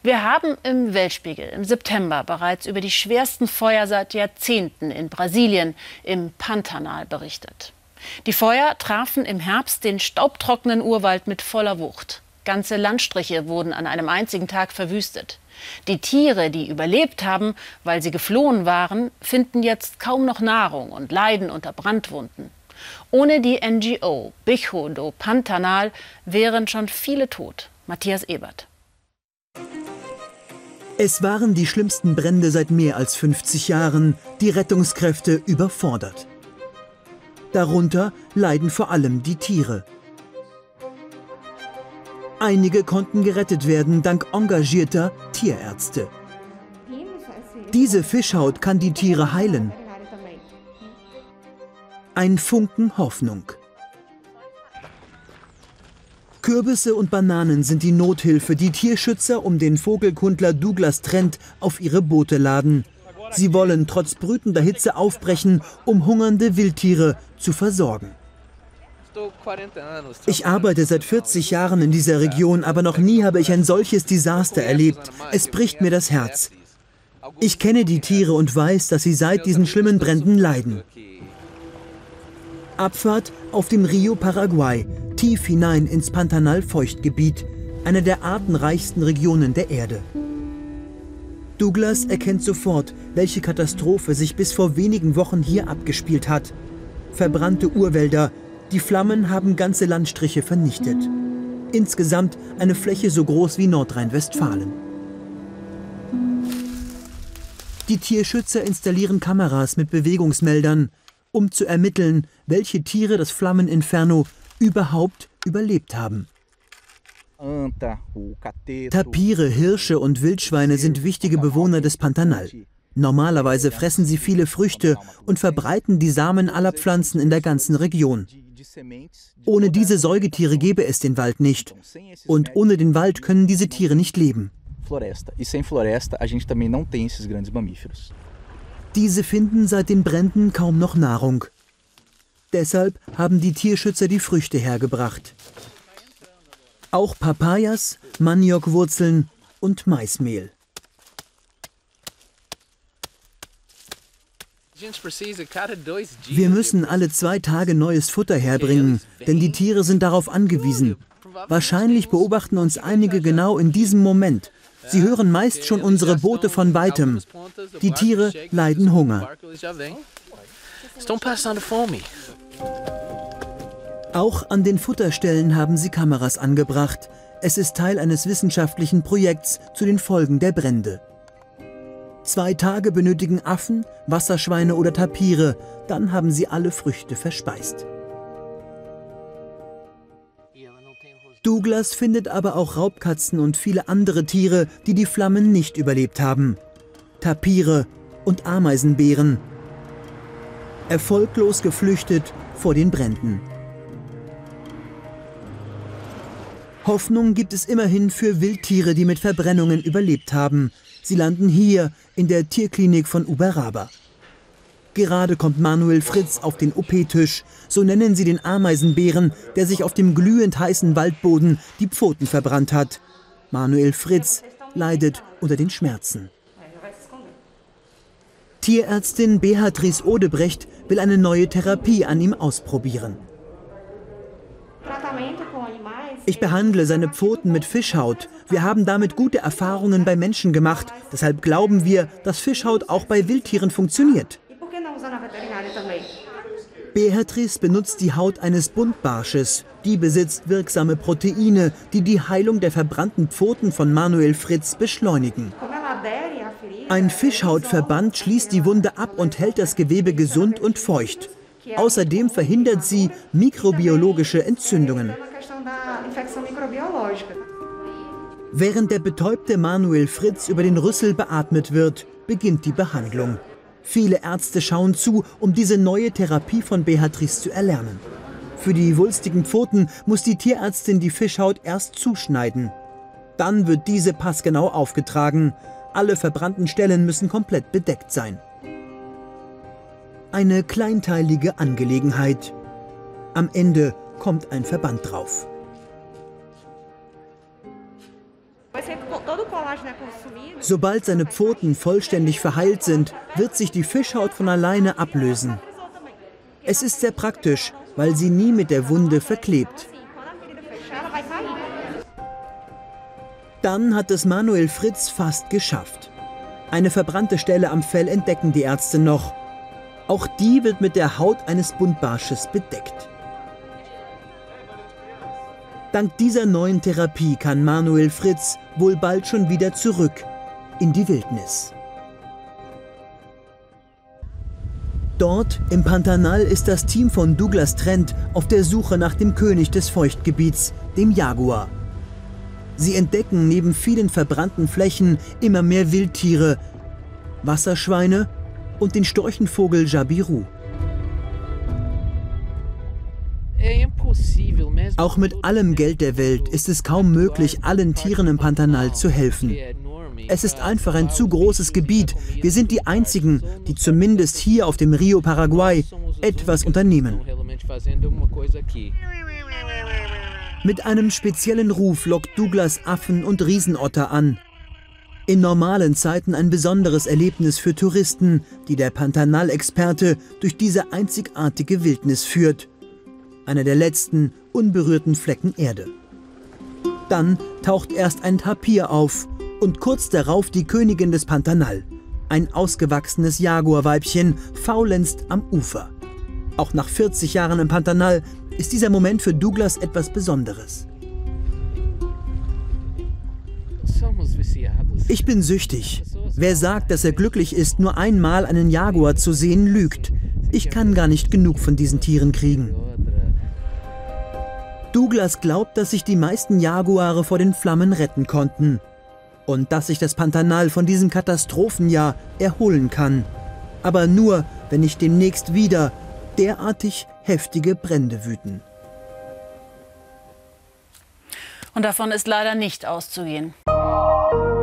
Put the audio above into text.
Wir haben im Weltspiegel im September bereits über die schwersten Feuer seit Jahrzehnten in Brasilien im Pantanal berichtet. Die Feuer trafen im Herbst den staubtrockenen Urwald mit voller Wucht. Ganze Landstriche wurden an einem einzigen Tag verwüstet. Die Tiere, die überlebt haben, weil sie geflohen waren, finden jetzt kaum noch Nahrung und leiden unter Brandwunden. Ohne die NGO Bicho do Pantanal wären schon viele tot. Matthias Ebert. Es waren die schlimmsten Brände seit mehr als 50 Jahren, die Rettungskräfte überfordert. Darunter leiden vor allem die Tiere. Einige konnten gerettet werden dank engagierter Tierärzte. Diese Fischhaut kann die Tiere heilen. Ein Funken Hoffnung. Kürbisse und Bananen sind die Nothilfe, die Tierschützer um den Vogelkundler Douglas Trent auf ihre Boote laden. Sie wollen trotz brütender Hitze aufbrechen, um hungernde Wildtiere zu versorgen. Ich arbeite seit 40 Jahren in dieser Region, aber noch nie habe ich ein solches Desaster erlebt. Es bricht mir das Herz. Ich kenne die Tiere und weiß, dass sie seit diesen schlimmen Bränden leiden. Abfahrt auf dem Rio Paraguay, tief hinein ins Pantanal-Feuchtgebiet, eine der artenreichsten Regionen der Erde. Douglas erkennt sofort, welche Katastrophe sich bis vor wenigen Wochen hier abgespielt hat. Verbrannte Urwälder, die Flammen haben ganze Landstriche vernichtet. Insgesamt eine Fläche so groß wie Nordrhein-Westfalen. Die Tierschützer installieren Kameras mit Bewegungsmeldern, um zu ermitteln, welche Tiere das Flammeninferno überhaupt überlebt haben. Tapire, Hirsche und Wildschweine sind wichtige Bewohner des Pantanal. Normalerweise fressen sie viele Früchte und verbreiten die Samen aller Pflanzen in der ganzen Region. Ohne diese Säugetiere gäbe es den Wald nicht. Und ohne den Wald können diese Tiere nicht leben. Diese finden seit den Bränden kaum noch Nahrung. Deshalb haben die Tierschützer die Früchte hergebracht. Auch Papayas, Maniokwurzeln und Maismehl. Wir müssen alle 2 Tage neues Futter herbringen, denn die Tiere sind darauf angewiesen. Wahrscheinlich beobachten uns einige genau in diesem Moment. Sie hören meist schon unsere Boote von weitem. Die Tiere leiden Hunger. Auch an den Futterstellen haben sie Kameras angebracht. Es ist Teil eines wissenschaftlichen Projekts zu den Folgen der Brände. 2 Tage benötigen Affen, Wasserschweine oder Tapire, dann haben sie alle Früchte verspeist. Douglas findet aber auch Raubkatzen und viele andere Tiere, die die Flammen nicht überlebt haben. Tapire und Ameisenbären. Erfolglos geflüchtet vor den Bränden. Hoffnung gibt es immerhin für Wildtiere, die mit Verbrennungen überlebt haben. Sie landen hier in der Tierklinik von Uberaba. Gerade kommt Manuel Fritz auf den OP-Tisch, so nennen sie den Ameisenbären, der sich auf dem glühend heißen Waldboden die Pfoten verbrannt hat. Manuel Fritz leidet unter den Schmerzen. Tierärztin Beatrice Odebrecht will eine neue Therapie an ihm ausprobieren. Ich behandle seine Pfoten mit Fischhaut. Wir haben damit gute Erfahrungen bei Menschen gemacht. Deshalb glauben wir, dass Fischhaut auch bei Wildtieren funktioniert. Beatrice benutzt die Haut eines Buntbarsches. Die besitzt wirksame Proteine, die die Heilung der verbrannten Pfoten von Manuel Fritz beschleunigen. Ein Fischhautverband schließt die Wunde ab und hält das Gewebe gesund und feucht. Außerdem verhindert sie mikrobiologische Entzündungen. Während der betäubte Manuel Fritz über den Rüssel beatmet wird, beginnt die Behandlung. Viele Ärzte schauen zu, um diese neue Therapie von Beatrice zu erlernen. Für die wulstigen Pfoten muss die Tierärztin die Fischhaut erst zuschneiden. Dann wird diese passgenau aufgetragen. Alle verbrannten Stellen müssen komplett bedeckt sein. Eine kleinteilige Angelegenheit. Am Ende kommt ein Verband drauf. Sobald seine Pfoten vollständig verheilt sind, wird sich die Fischhaut von alleine ablösen. Es ist sehr praktisch, weil sie nie mit der Wunde verklebt. Dann hat es Manuel Fritz fast geschafft. Eine verbrannte Stelle am Fell entdecken die Ärzte noch. Auch die wird mit der Haut eines Buntbarsches bedeckt. Dank dieser neuen Therapie kann Manuel Fritz wohl bald schon wieder zurück in die Wildnis. Dort im Pantanal ist das Team von Douglas Trent auf der Suche nach dem König des Feuchtgebiets, dem Jaguar. Sie entdecken neben vielen verbrannten Flächen immer mehr Wildtiere, Wasserschweine und den Storchenvogel Jabiru. Auch mit allem Geld der Welt ist es kaum möglich, allen Tieren im Pantanal zu helfen. Es ist einfach ein zu großes Gebiet. Wir sind die Einzigen, die zumindest hier auf dem Rio Paraguay etwas unternehmen. Mit einem speziellen Ruf lockt Douglas Affen und Riesenotter an. In normalen Zeiten ein besonderes Erlebnis für Touristen, die der Pantanal-Experte durch diese einzigartige Wildnis führt. Einer der letzten unberührten Flecken Erde. Dann taucht erst ein Tapir auf und kurz darauf die Königin des Pantanal, ein ausgewachsenes Jaguarweibchen, faulenzt am Ufer. Auch nach 40 Jahren im Pantanal ist dieser Moment für Douglas etwas Besonderes. Ich bin süchtig. Wer sagt, dass er glücklich ist, nur einmal einen Jaguar zu sehen, lügt. Ich kann gar nicht genug von diesen Tieren kriegen. Douglas glaubt, dass sich die meisten Jaguare vor den Flammen retten konnten. Und dass sich das Pantanal von diesem Katastrophenjahr erholen kann. Aber nur, wenn nicht demnächst wieder derartig heftige Brände wüten. Und davon ist leider nicht auszugehen.